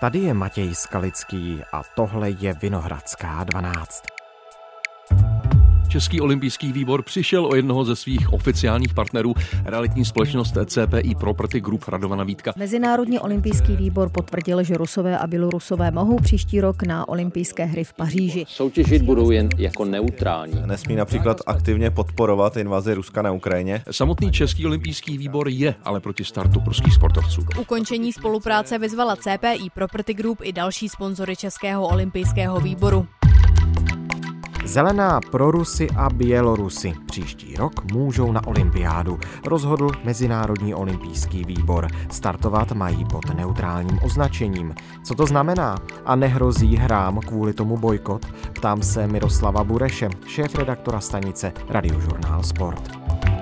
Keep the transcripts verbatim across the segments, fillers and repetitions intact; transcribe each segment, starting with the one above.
Tady je Matěj Skalický a tohle je Vinohradská dvanáct. Český olympijský výbor přišel o jednoho ze svých oficiálních partnerů, realitní společnost C P I Property Group Radovana Vítka. Mezinárodní olympijský výbor potvrdil, že Rusové a Bělorusové mohou příští rok na olympijské hry v Paříži. Soutěžit budou jen jako neutrální. Nesmí například aktivně podporovat invazi Ruska na Ukrajině. Samotný Český olympijský výbor je ale proti startu ruských sportovců. K ukončení spolupráce vyzvala C P I Property Group i další sponzory Českého olympijského výboru. Zelená pro Rusy a Bělorusy. Příští rok můžou na olympiádu, rozhodl Mezinárodní olympijský výbor. Startovat mají pod neutrálním označením. Co to znamená? A nehrozí hrám kvůli tomu bojkot? Ptám se Miroslava Bureše, šéfredaktora stanice Radiožurnál Sport.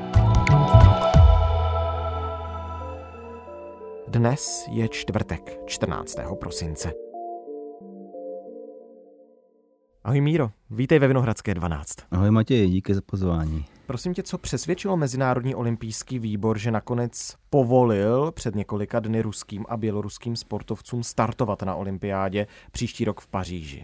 Dnes je čtvrtek, čtrnáctého prosince. Ahoj Míro, vítej ve Vinohradské dvanáct. Ahoj Matěj, díky za pozvání. Prosím tě, co přesvědčilo Mezinárodní olympijský výbor, že nakonec povolil před několika dny ruským a běloruským sportovcům startovat na olympiádě příští rok v Paříži?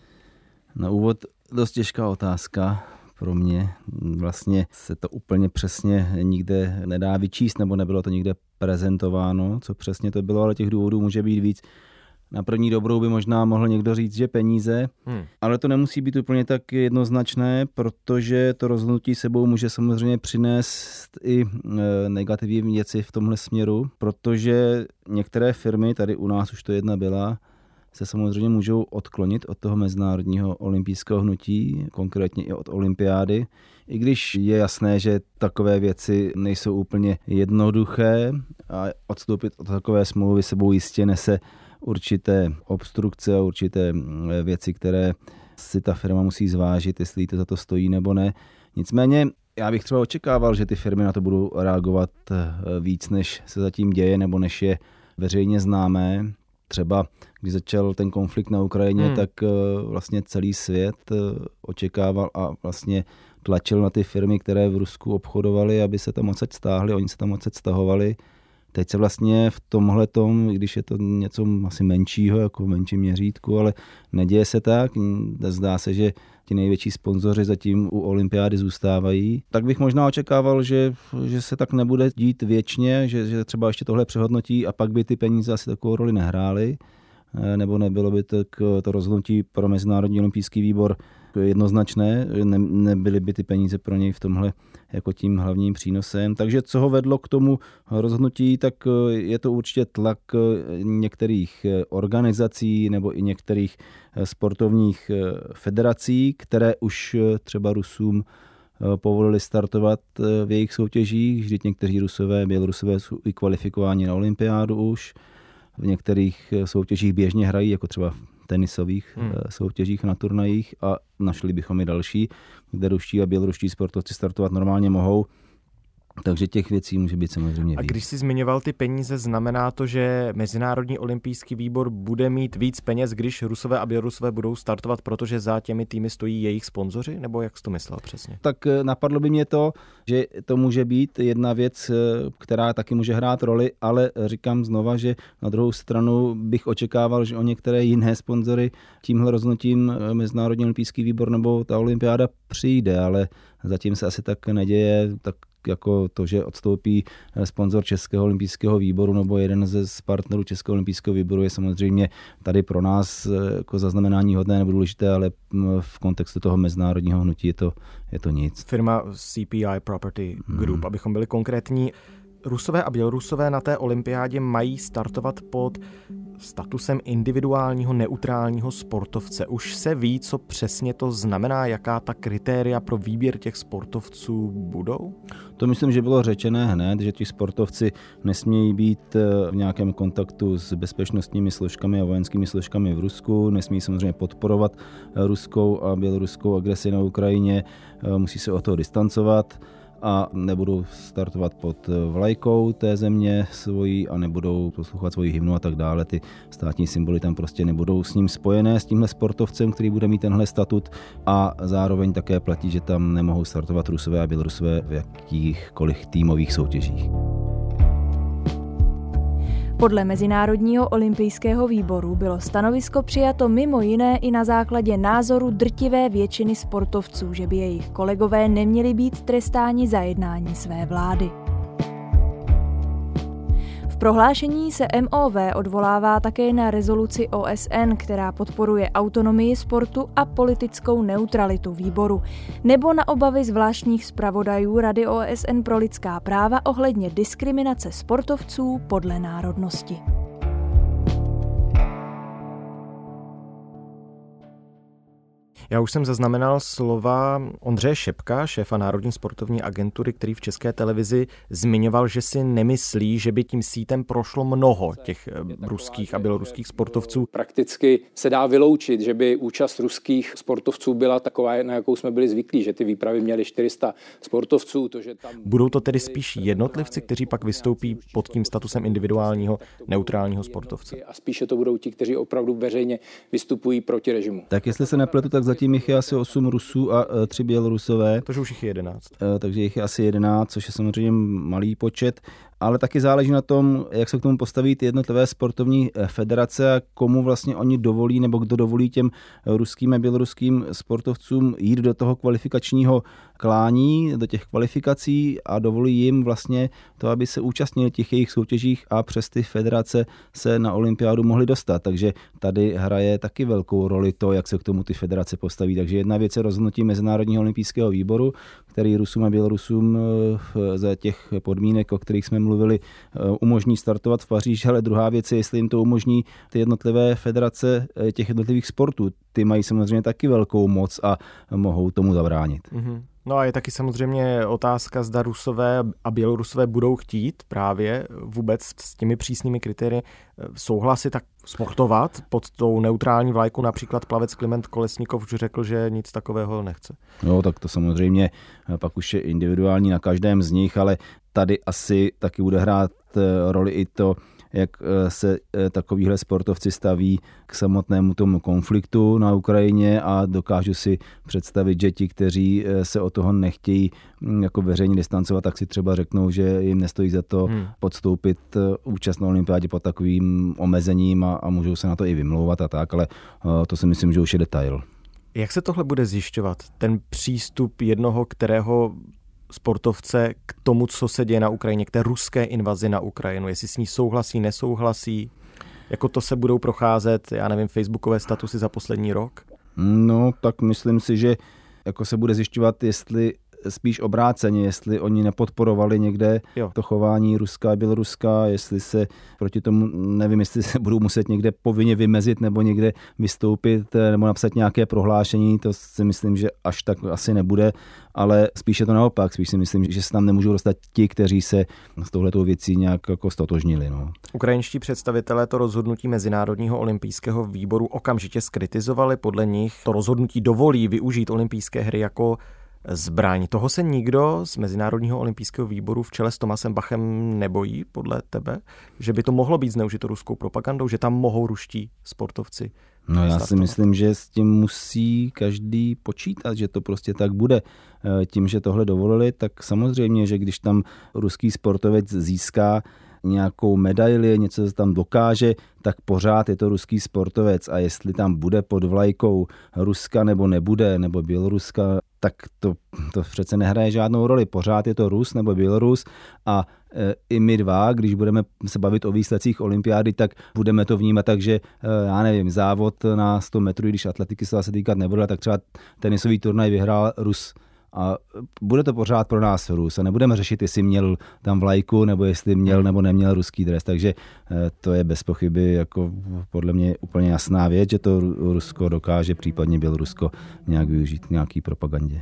Na úvod dost těžká otázka pro mě. Vlastně se to úplně přesně nikde nedá vyčíst, nebo nebylo to nikde prezentováno, co přesně to bylo, ale těch důvodů může být víc. Na první dobrou by možná mohl někdo říct, že peníze, hmm. ale to nemusí být úplně tak jednoznačné, protože to rozhodnutí sebou může samozřejmě přinést i negativní věci v tomhle směru, protože některé firmy, tady u nás už to jedna byla, se samozřejmě můžou odklonit od toho mezinárodního olympijského hnutí, konkrétně i od olympiády, i když je jasné, že takové věci nejsou úplně jednoduché a odstoupit od takové smlouvy sebou jistě nese určité obstrukce a určité věci, které si ta firma musí zvážit, jestli to za to stojí nebo ne. Nicméně já bych třeba očekával, že ty firmy na to budou reagovat víc, než se zatím děje, nebo než je veřejně známé. Třeba když začal ten konflikt na Ukrajině, hmm. tak vlastně celý svět očekával a vlastně tlačil na ty firmy, které v Rusku obchodovaly, aby se tam odsaď stáhly, oni se tam odsaď stahovali. Teď se vlastně v tomhletom, když je to něco asi menšího, jako v menším měřítku, ale neděje se tak. Zdá se, že ti největší sponzoři zatím u olympiády zůstávají. Tak bych možná očekával, že, že se tak nebude dít věčně, že, že třeba ještě tohle přehodnotí a pak by ty peníze asi takovou roli nehrály, nebo nebylo by to, to rozhodnutí pro Mezinárodní olympijský výbor jednoznačné, ne, nebyly by ty peníze pro něj v tomhle jako tím hlavním přínosem. Takže co ho vedlo k tomu rozhodnutí, tak je to určitě tlak některých organizací nebo i některých sportovních federací, které už třeba Rusům povolili startovat v jejich soutěžích. Vždyť někteří Rusové, Bělorusové jsou i kvalifikováni na olympiádu už. V některých soutěžích běžně hrají, jako třeba v tenisových hmm. soutěžích na turnajích a našli bychom i další, kde ruští a běloruští sportovci startovat normálně mohou. Takže těch věcí může být samozřejmě víc. A když jsi zmiňoval ty peníze, znamená to, že Mezinárodní olympijský výbor bude mít víc peněz, když Rusové a Bělorusové budou startovat, protože za těmi týmy stojí jejich sponzoři? Nebo jak jsi to myslel přesně? Tak napadlo by mě to, že to může být jedna věc, která taky může hrát roli, ale říkám znova, že na druhou stranu bych očekával, že o některé jiné sponzory tímhle rozhodnutím Mezinárodní olympijský výbor nebo ta olympiáda přijde, ale zatím se asi tak neděje, tak jako to, že odstoupí sponzor Českého olympijského výboru nebo jeden ze z partnerů Českého olympijského výboru, je samozřejmě tady pro nás jako zaznamenání hodné nebo důležité, ale v kontextu toho mezinárodního hnutí je to, je to nic. Firma C P I Property Group, hmm. abychom byli konkrétní. Rusové a Bělorusové na té olympiádě mají startovat pod statusem individuálního neutrálního sportovce. Už se ví, co přesně to znamená, jaká ta kritéria pro výběr těch sportovců budou? To myslím, že bylo řečené hned, že ti sportovci nesmějí být v nějakém kontaktu s bezpečnostními složkami a vojenskými složkami v Rusku, nesmějí samozřejmě podporovat ruskou a běloruskou agresi na Ukrajině, musí se od toho distancovat a nebudou startovat pod vlajkou té země svojí a nebudou poslouchat svoji hymnu a tak dále. Ty státní symboly tam prostě nebudou s ním spojené, s tímhle sportovcem, který bude mít tenhle statut, a zároveň také platí, že tam nemohou startovat Rusové a Bělorusové v jakýchkoliv týmových soutěžích. Podle Mezinárodního olympijského výboru bylo stanovisko přijato mimo jiné i na základě názoru drtivé většiny sportovců, že by jejich kolegové neměli být trestáni za jednání své vlády. V prohlášení se M O V odvolává také na rezoluci O S N, která podporuje autonomii sportu a politickou neutralitu výboru, nebo na obavy zvláštních zpravodajů Rady O S N pro lidská práva ohledně diskriminace sportovců podle národnosti. Já už jsem zaznamenal slova Ondřeje Šepka, šéfa Národní sportovní agentury, který v České televizi zmiňoval, že si nemyslí, že by tím sítem prošlo mnoho těch ruských a běloruských sportovců. Prakticky se dá vyloučit, že by účast ruských sportovců byla taková, na jakou jsme byli zvyklí, že ty výpravy měly čtyři sta sportovců. To, že tam... Budou to tedy spíš jednotlivci, kteří pak vystoupí pod tím statusem individuálního neutrálního sportovce? A spíše to budou ti, kteří opravdu veřejně vystupují proti režimu. Tak jestli se nepletu, tak zatím jich je asi osm Rusů a tři Bělorusové. Takže už jich je jedenáct. Takže jich je asi jedenáct, což je samozřejmě malý počet. Ale taky záleží na tom, jak se k tomu postaví ty jednotlivé sportovní federace a komu vlastně oni dovolí, nebo kdo dovolí těm ruským a běloruským sportovcům jít do toho kvalifikačního klání, do těch kvalifikací a dovolí jim vlastně to, aby se účastnili těch jejich soutěžích a přes ty federace se na olympiádu mohli dostat. Takže tady hraje taky velkou roli to, jak se k tomu ty federace postaví. Takže jedna věc je rozhodnutí Mezinárodního olympijského výboru, který Rusům a Bělorusům za těch podmínek, o kterých jsme mluvili, umožní startovat v Paříži, ale druhá věc je, jestli jim to umožní ty jednotlivé federace těch jednotlivých sportů. Ty mají samozřejmě taky velkou moc a mohou tomu zabránit. Mm-hmm. No a je taky samozřejmě otázka, zda Rusové a Bělorusové budou chtít právě vůbec s těmi přísnými kritérii souhlasit tak sportovat pod tou neutrální vlajkou. Například plavec Kliment Kolesníkov už řekl, že nic takového nechce. No tak to samozřejmě pak už je individuální na každém z nich, ale tady asi taky bude hrát roli i to, jak se takovýhle sportovci staví k samotnému tomu konfliktu na Ukrajině a dokážu si představit, že ti, kteří se od toho nechtějí jako veřejně distancovat, tak si třeba řeknou, že jim nestojí za to hmm. podstoupit účast na olympiádě pod takovým omezením a, a můžou se na to i vymlouvat a tak, ale to si myslím, že už je detail. Jak se tohle bude zjišťovat? Ten přístup jednoho, kterého sportovce k tomu, co se děje na Ukrajině, k té ruské invazi na Ukrajinu, jestli s ní souhlasí, nesouhlasí, jako to se budou procházet, já nevím, facebookové statusy za poslední rok? No, tak myslím si, že jako se bude zjišťovat, jestli spíš obráceně, jestli oni nepodporovali někde jo. to chování Ruska a Běloruska, jestli se proti tomu, nevím, jestli se budou muset někde povinně vymezit nebo někde vystoupit nebo napsat nějaké prohlášení, to si myslím, že až tak asi nebude, ale spíše to naopak, spíš si myslím, že se tam nemůžou dostat ti, kteří se s touhletou věcí nějak jako stotožnili. No. Ukrajinští představitelé to rozhodnutí Mezinárodního olympijského výboru okamžitě skritizovali, podle nich to rozhodnutí dovolí využít olympijské hry jako zbraň. Toho se nikdo z Mezinárodního olympijského výboru v čele s Tomasem Bachem nebojí, podle tebe? Že by to mohlo být zneužito ruskou propagandou, že tam mohou ruští sportovci? No já si myslím, že s tím musí každý počítat, že to prostě tak bude. Tím, že tohle dovolili, tak samozřejmě, že když tam ruský sportovec získá nějakou medaili, něco se tam dokáže, tak pořád je to ruský sportovec a jestli tam bude pod vlajkou Ruska nebo nebude, nebo Běloruska, tak to, to přece nehraje žádnou roli. Pořád je to Rus nebo Bělorus a e, i my dva, když budeme se bavit o výsledcích olympiády, tak budeme to vnímat tak, že e, já nevím, závod na sto metrů, když atletiky se se týkat nebude, tak třeba tenisový turnaj vyhrál Rus. A bude to pořád pro nás Rus a nebudeme řešit, jestli měl tam vlajku nebo jestli měl nebo neměl ruský dres. Takže to je bez pochyby jako podle mě úplně jasná věc, že to Rusko dokáže, případně Bělorusko nějak využít k nějaký propagandě.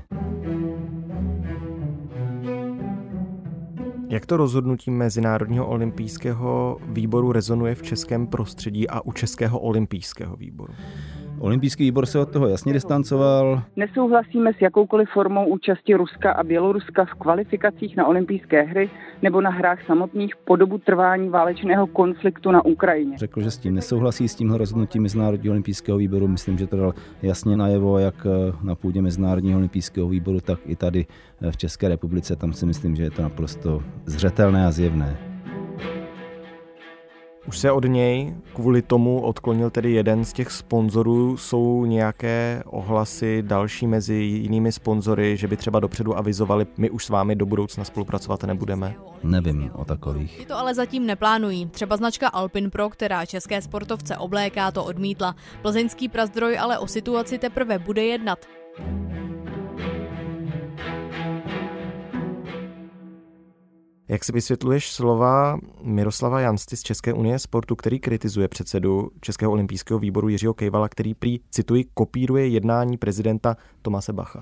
Jak to rozhodnutí Mezinárodního olympijského výboru rezonuje v českém prostředí a u Českého olympijského výboru? Olympijský výbor se od toho jasně distancoval. Nesouhlasíme s jakoukoliv formou účasti Ruska a Běloruska v kvalifikacích na olympijské hry nebo na hrách samotných po dobu trvání válečného konfliktu na Ukrajině. Řekl, že s tím nesouhlasí, s tímhle rozhodnutím Mezinárodního olympijského výboru. Myslím, že to dal jasně najevo, jak na půdě Mezinárodního olympijského výboru, tak i tady v České republice. Tam si myslím, že je to naprosto zřetelné a zjevné. Už se od něj kvůli tomu odklonil tedy jeden z těch sponzorů. Jsou nějaké ohlasy další mezi jinými sponzory, že by třeba dopředu avizovali, my už s vámi do budoucna spolupracovat nebudeme? Nevím o takových. Ty to ale zatím neplánují. Třeba značka Alpin Pro, která české sportovce obléká, to odmítla. Plzeňský Prazdroj ale o situaci teprve bude jednat. Jak si vysvětluješ slova Miroslava Jansty z České unie sportu, který kritizuje předsedu Českého olympijského výboru Jiřího Kejvala, který prý, cituji, kopíruje jednání prezidenta Tomase Bacha?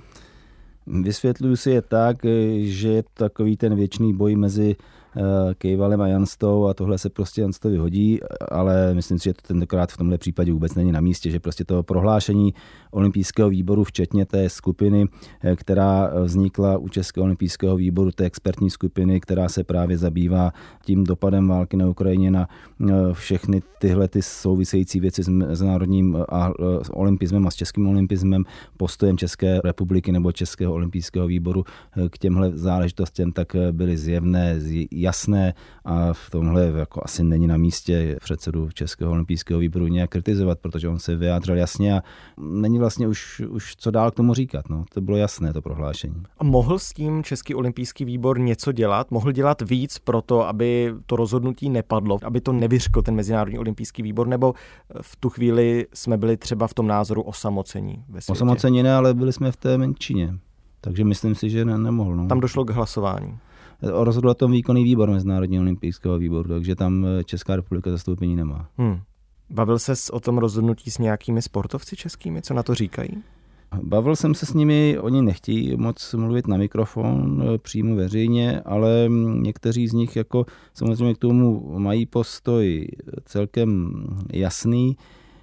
Vysvětluju si je tak, že je takový ten věčný boj mezi Kejvalem a Janstou a tohle se prostě Janstovi hodí, ale myslím si, že to tentokrát v tomhle případě vůbec není na místě, že prostě to prohlášení olympijského výboru, včetně té skupiny, která vznikla u Českého olympijského výboru, té expertní skupiny, která se právě zabývá tím dopadem války na Ukrajině na všechny tyhle ty související věci s mezinárodním a s olympismem a s českým olympismem, postojem České republiky nebo Českého olympijského výboru k těmhle záležitostem, tak byly zjevné, jasné a v tomhle jako asi není na místě předsedu Českého olympijského výboru nějak kritizovat, protože on se vyjádřil jasně a není vlastně už, už co dál k tomu říkat. No. To bylo jasné, to prohlášení. A mohl s tím Český olympijský výbor něco dělat? Mohl dělat víc pro to, aby to rozhodnutí nepadlo, aby to nevyřkl ten Mezinárodní olympijský výbor, nebo v tu chvíli jsme byli třeba v tom názoru osamocení ve světě? Osamocení ne, ale byli jsme v té menšině. Takže myslím si, že ne, nemohl. No. Tam došlo k hlasování. Rozhodl o tom výkonný výbor Mezinárodního olympijského výboru, takže tam Česká republika zastoupení nemá. Hmm. Bavil ses o tom rozhodnutí s nějakými sportovci českými? Co na to říkají? Bavil jsem se s nimi, oni nechtějí moc mluvit na mikrofon přímo veřejně, ale někteří z nich jako samozřejmě k tomu mají postoj celkem jasný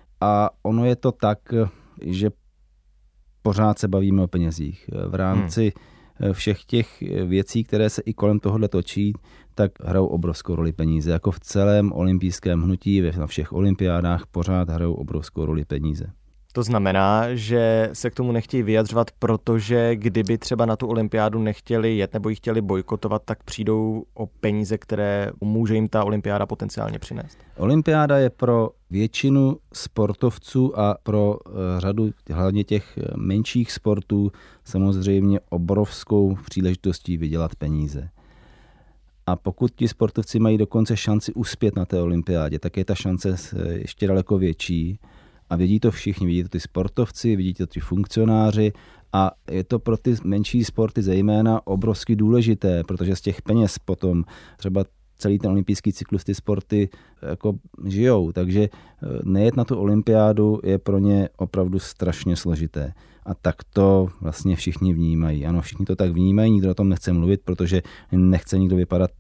a ono je to tak, že pořád se bavíme o penězích. V rámci hmm. všech těch věcí, které se i kolem tohohle točí, tak hrajou obrovskou roli peníze. Jako v celém olympijském hnutí, na všech olympiádách pořád hrajou obrovskou roli peníze. To znamená, že se k tomu nechtějí vyjadřovat, protože kdyby třeba na tu olympiádu nechtěli jet nebo ji chtěli bojkotovat, tak přijdou o peníze, které může jim ta olympiáda potenciálně přinést. Olympiáda je pro většinu sportovců a pro řadu hlavně těch menších sportů samozřejmě obrovskou příležitostí vydělat peníze. A pokud ti sportovci mají dokonce šanci uspět na té olympiádě, tak je ta šance ještě daleko větší. A vidí to všichni, vidí to ty sportovci, vidí to ty funkcionáři a je to pro ty menší sporty zejména obrovsky důležité, protože z těch peněz potom třeba celý ten olympijský cyklus ty sporty jako žijou, takže nejet na tu olympiádu je pro ně opravdu strašně složité. A tak to vlastně všichni vnímají. Ano, všichni to tak vnímají, nikdo o tom nechce mluvit, protože nechce nikdo vypadat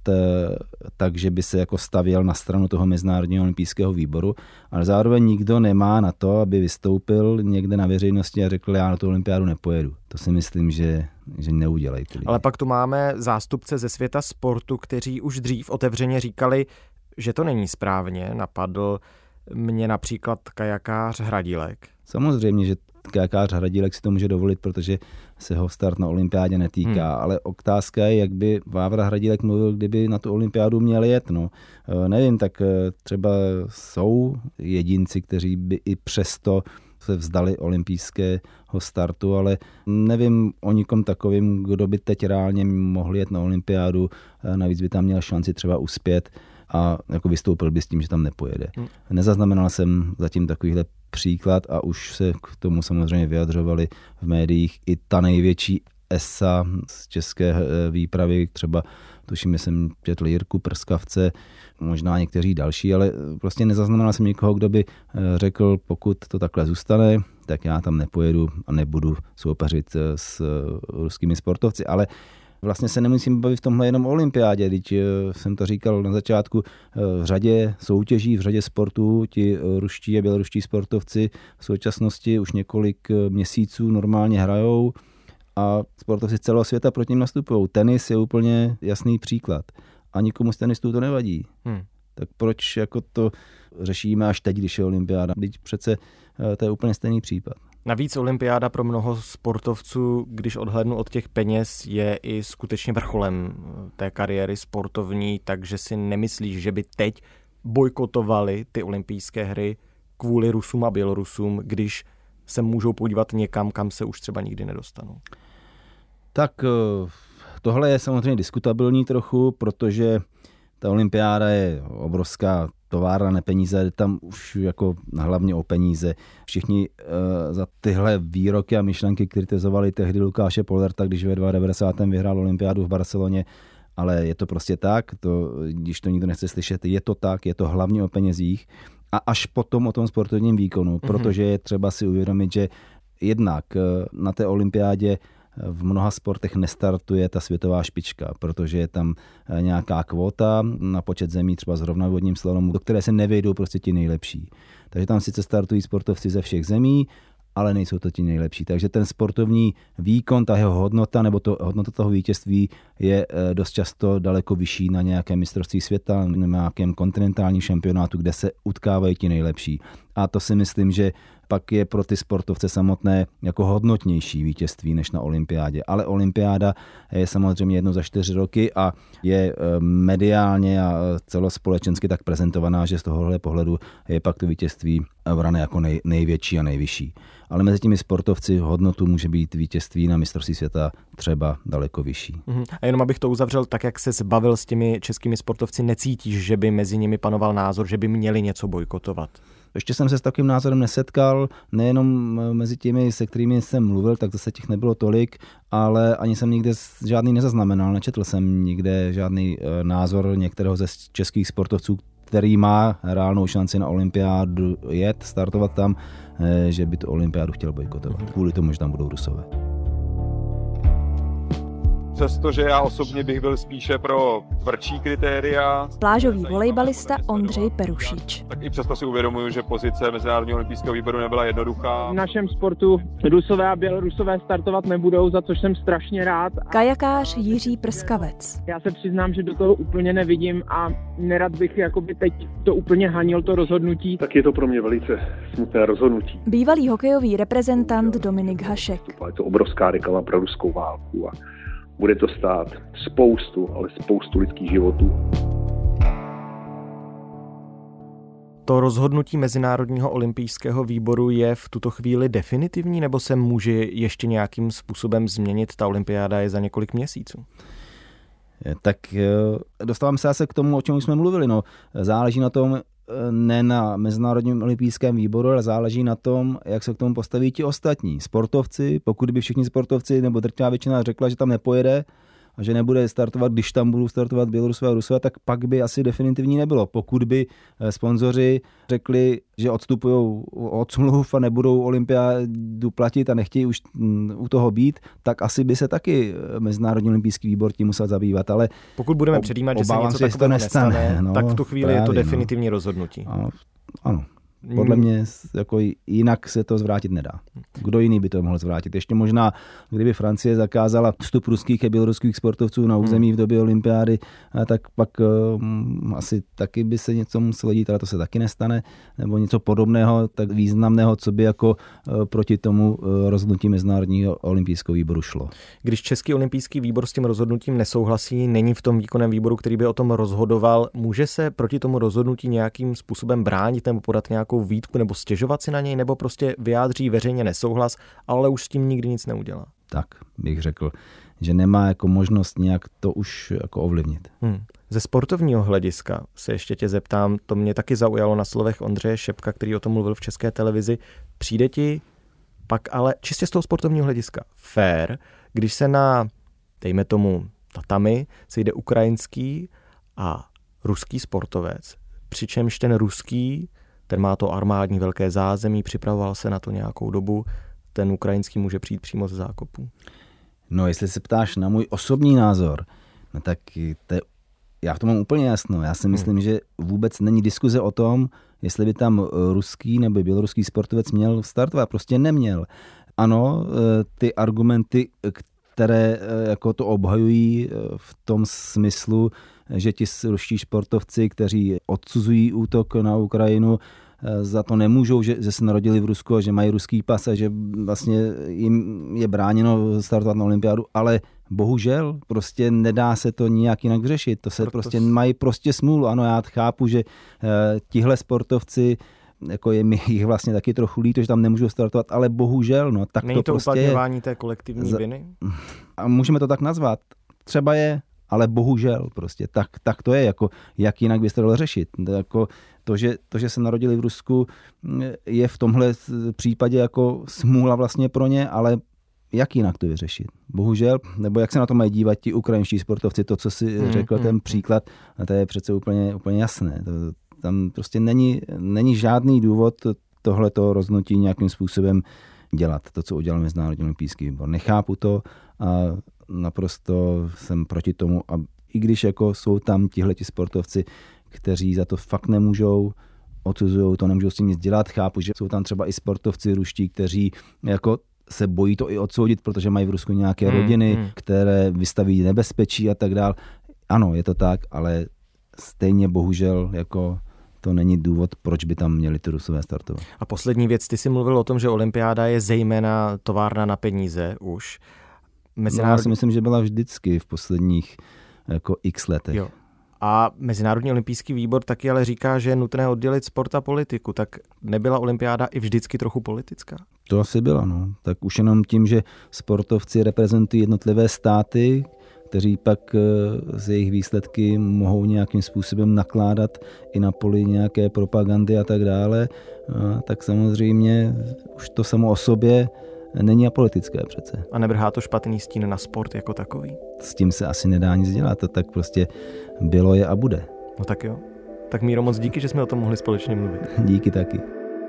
tak, že by se jako stavěl na stranu toho Mezinárodního olympijského výboru, ale zároveň nikdo nemá na to, aby vystoupil někde na veřejnosti a řekl, já na tu olympiádu nepojedu. To si myslím, že, že neudělají ty lidi. Ale pak tu máme zástupce ze světa sportu, kteří už dřív otevřeně říkali, že to není správně. Napadl mě například kajakář Hradílek. Samozřejmě, že kajakář Hradílek si to může dovolit, protože se ho start na olympiádě netýká, hmm. ale otázka je, jak by Vávra Hradílek mluvil, kdyby na tu olympiádu měl jet. No. Nevím, tak třeba jsou jedinci, kteří by i přesto se vzdali olympijského startu, ale nevím o nikom takovým, kdo by teď reálně mohl jet na olympiádu, navíc by tam měl šanci třeba uspět a jako vystoupil by s tím, že tam nepojede. Hmm. Nezaznamenal jsem zatím takovýhle příklad a už se k tomu samozřejmě vyjadřovali v médiích i ta největší E S A z české výpravy, třeba tuším, že jsem četl Jirku Prskavce, možná někteří další, ale prostě nezaznamenal jsem nikoho, kdo by řekl, pokud to takhle zůstane, tak já tam nepojedu a nebudu soupeřit s ruskými sportovci, ale vlastně se nemusím bavit v tomhle jenom o olympiádě, když jsem to říkal na začátku, v řadě soutěží, v řadě sportů ti ruští a běloruští sportovci v současnosti už několik měsíců normálně hrajou a sportovci z celého světa proti nim nastupují. Tenis je úplně jasný příklad a nikomu z tenistů to nevadí. Hmm. Tak proč jako to řešíme až teď, když je olympiáda? Teď přece to je úplně stejný případ. Navíc olympiáda pro mnoho sportovců, když odhlédnu od těch peněz, je i skutečně vrcholem té kariéry sportovní, takže si nemyslíš, že by teď bojkotovali ty olympijské hry kvůli Rusům a Bělorusům, když se můžou podívat někam, kam se už třeba nikdy nedostanou? Tak tohle je samozřejmě diskutabilní trochu, protože ta olympiáda je obrovská továrna na peníze, tam už jako hlavně o peníze. Všichni uh, za tyhle výroky a myšlenky kritizovali tehdy Lukáše Pollerta, když ve devadesátém druhém vyhrál olympiádu v Barceloně, ale je to prostě tak, to, když to nikdo nechce slyšet, je to tak, je to hlavně o penězích a až potom o tom sportovním výkonu, mm-hmm. protože je třeba si uvědomit, že jednak na té olympiádě v mnoha sportech nestartuje ta světová špička, protože je tam nějaká kvóta na počet zemí, třeba zrovna v vodním slalomu, do které se nevejdou prostě ti nejlepší. Takže tam sice startují sportovci ze všech zemí, ale nejsou to ti nejlepší. Takže ten sportovní výkon, ta jeho hodnota nebo to, hodnota toho vítězství je dost často daleko vyšší na nějakém mistrovství světa, na nějakém kontinentálním šampionátu, kde se utkávají ti nejlepší. A to si myslím, že pak je pro ty sportovce samotné jako hodnotnější vítězství než na olympiádě. Ale olympiáda je samozřejmě jednou za čtyři roky a je mediálně a celospolečensky tak prezentovaná, že z tohohle pohledu je pak to vítězství brané jako nej, největší a nejvyšší. Ale mezi těmi sportovci hodnotu může být vítězství na mistrovství světa třeba daleko vyšší. Uhum. A jenom abych to uzavřel, tak jak se zbavil s těmi českými sportovci, necítíš, že by mezi nimi panoval názor, že by měli něco bojkotovat? Ještě jsem se s takovým názorem nesetkal, nejenom mezi těmi, se kterými jsem mluvil, tak zase těch nebylo tolik, ale ani jsem nikde žádný nezaznamenal, nečetl jsem nikde žádný názor některého ze českých sportovců, který má reálnou šanci na olympiádu jet, startovat tam, že by tu olympiádu chtěl bojkotovat. Kvůli tomu, že tam budou Rusové. Přestože já osobně bych byl spíše pro tvrdší kritéria. Plážový volejbalista Ondřej Perušič. Tak i přesto si uvědomuji, že pozice Mezinárodního olympijského výboru nebyla jednoduchá. V našem sportu Rusové a Bělorusové startovat nebudou, za což jsem strašně rád. Kajakář Jiří Prskavec. Já se přiznám, že do toho úplně nevidím a nerad bych jakoby teď to úplně hanil, to rozhodnutí. Tak je to pro mě velice smutné rozhodnutí. Bývalý hokejový reprezentant Dominik Hašek. Je to obrovská reklama pro ruskou válku a bude to stát spoustu, ale spoustu lidských životů. To rozhodnutí Mezinárodního olympijského výboru je v tuto chvíli definitivní, nebo se může ještě nějakým způsobem změnit? Ta olympiáda je za několik měsíců. Tak dostávám se zase k tomu, o čem jsme mluvili. No, záleží na tom, ne na Mezinárodním olympijském výboru, ale záleží na tom, jak se k tomu postaví ti ostatní sportovci. Pokud by všichni sportovci nebo drtivá většina řekla, že tam nepojede a že nebude startovat, když tam budou startovat Bělorusové a Rusové, tak pak by asi definitivní nebylo. Pokud by sponzoři řekli, že odstupují od smluv a nebudou olympiádu platit a nechtějí už u toho být, tak asi by se taky Mezinárodní olympijský výbor tím musel zabývat. Ale pokud budeme předjímat, že se něco takového nestane, nestane no, tak v tu chvíli právě, je to definitivní no. rozhodnutí. Ano. ano. Podle mě jako jinak se to zvrátit nedá. Kdo jiný by to mohl zvrátit? Ještě možná, kdyby Francie zakázala vstup ruských a běloruských sportovců na území v době olympiády, tak pak um, asi taky by se něco muselo dít, ale to se taky nestane. Nebo něco podobného, tak významného, co by jako uh, proti tomu uh, rozhodnutí Mezinárodního olympijského výboru šlo. Když Český olympijský výbor s tím rozhodnutím nesouhlasí, není v tom výkonném výboru, který by o tom rozhodoval, může se proti tomu rozhodnutí nějakým způsobem bránit nebo podat nějakou výtku nebo stěžovat si na něj, nebo prostě vyjádří veřejně nesouhlas, ale už s tím nikdy nic neudělá? Tak bych řekl, že nemá jako možnost nějak to už jako ovlivnit. Hmm. Ze sportovního hlediska se ještě tě zeptám, to mě taky zaujalo na slovech Ondřeje Šepka, který o tom mluvil v České televizi. Přijde ti pak ale čistě z toho sportovního hlediska fair, když se na, dejme tomu, tatami sejde ukrajinský a ruský sportovec, přičemž ten ruský, ten má to armádní velké zázemí, připravoval se na to nějakou dobu, ten ukrajinský může přijít přímo ze zákopů. No, jestli se ptáš na můj osobní názor, no tak to je, já v tom mám úplně jasno. Já si myslím, hmm. že vůbec není diskuze o tom, jestli by tam ruský nebo běloruský sportovec měl startovat. Prostě neměl. Ano, ty argumenty, které jako to obhajují v tom smyslu, že ti ruští sportovci, kteří odsuzují útok na Ukrajinu, za to nemůžou, že, že se narodili v Rusku a že mají ruský pas a že vlastně jim je bráněno startovat na olympiádu, ale bohužel prostě nedá se to nijak jinak vyřešit. To se Proto... prostě mají prostě smůlu. Ano, já chápu, že uh, tihle sportovci, jako je mi jich vlastně taky trochu líto, že tam nemůžou startovat, ale bohužel, no tak Není to, to prostě uplatňování je. té kolektivní viny? A můžeme to tak nazvat. Třeba je, ale bohužel prostě. Tak, tak to je, jako jak jinak byste dalo řešit. To, jako, to, že, to, že se narodili v Rusku, je v tomhle případě jako smůla vlastně pro ně, ale jak jinak to vyřešit? Bohužel, nebo jak se na to mají dívat ti ukrajinští sportovci, to, co si hmm, řekl, hmm, ten příklad, to je přece úplně, úplně jasné. To, tam prostě není, není žádný důvod tohleto rozhodnutí nějakým způsobem dělat, to, co udělal Mezinárodní olympijský výbor. Nechápu to a naprosto jsem proti tomu. A i když jako jsou tam tihleti sportovci, kteří za to fakt nemůžou, odsuzují to, nemůžou s tím nic dělat. Chápu, že jsou tam třeba i sportovci ruští, kteří jako se bojí to i odsoudit, protože mají v Rusku nějaké hmm, rodiny, hmm. které vystaví nebezpečí a tak dál. Ano, je to tak, ale stejně bohužel jako to není důvod, proč by tam měli ty Rusové startovat. A poslední věc, ty jsi mluvil o tom, že olympiáda je zejména továrna na peníze už. Mezinárodní... No, já si myslím, že byla vždycky v posledních jako x letech. Jo. A Mezinárodní olympijský výbor taky ale říká, že je nutné oddělit sport a politiku. Tak nebyla olympiáda i vždycky trochu politická? To asi byla, no. Tak už jenom tím, že sportovci reprezentují jednotlivé státy, kteří pak z jejich výsledky mohou nějakým způsobem nakládat i na poli nějaké propagandy a tak dále, tak samozřejmě už to samo o sobě není apolitické přece. A nevrhá to špatný stín na sport jako takový? S tím se asi nedá nic dělat, to tak prostě bylo, je a bude. No tak jo. Tak Míro, moc díky, že jsme o tom mohli společně mluvit. Díky taky.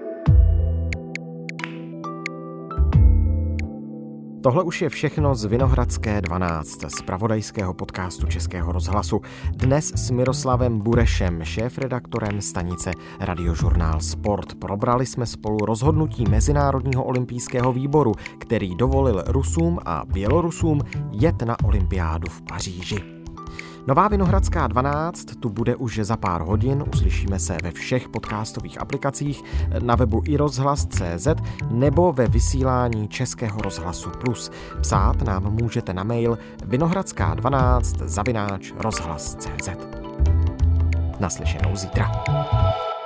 Tohle už je všechno z Vinohradské dvanáct, z zpravodajského podcastu Českého rozhlasu. Dnes s Miroslavem Burešem, šéfredaktorem stanice Radiožurnál Sport. Probrali jsme spolu rozhodnutí Mezinárodního olympijského výboru, který dovolil Rusům a Bělorusům jet na olympiádu v Paříži. Nová Vinohradská dvanáct tu bude už za pár hodin, uslyšíme se ve všech podcastových aplikacích, na webu i rozhlas tečka cé zet nebo ve vysílání Českého rozhlasu Plus. Psát nám můžete na mail vinohradská dvanáct zavináč rozhlas tečka cé zet. Naslyšenou zítra.